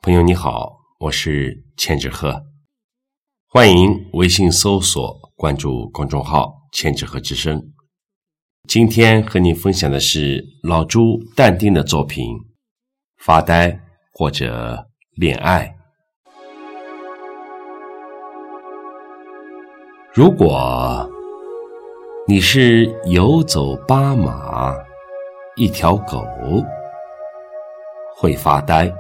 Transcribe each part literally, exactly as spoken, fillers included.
朋友你好，我是千纸鹤，欢迎微信搜索关注公众号千纸鹤之声。今天和你分享的是老朱但丁的作品《发呆或者恋爱》。如果你是游走八马，一条狗会发呆。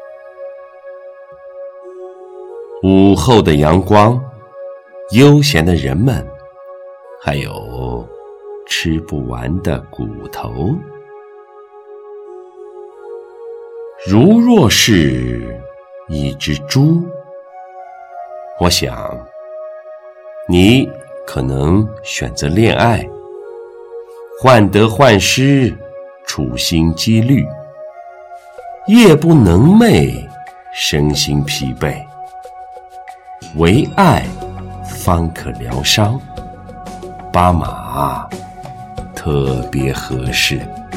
午后的阳光，悠闲的人们，还有吃不完的骨头。如若是一只猪，我想你可能选择恋爱，患得患失，处心积虑，夜不能寐，身心疲惫，唯爱方可疗伤，八马特别合适。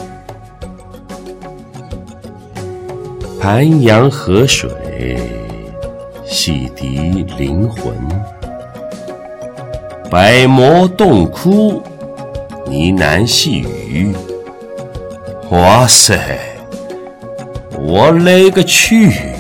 盘阳河水，洗涤灵魂，百魔洞窟，呢喃细语，哇塞，我勒个去！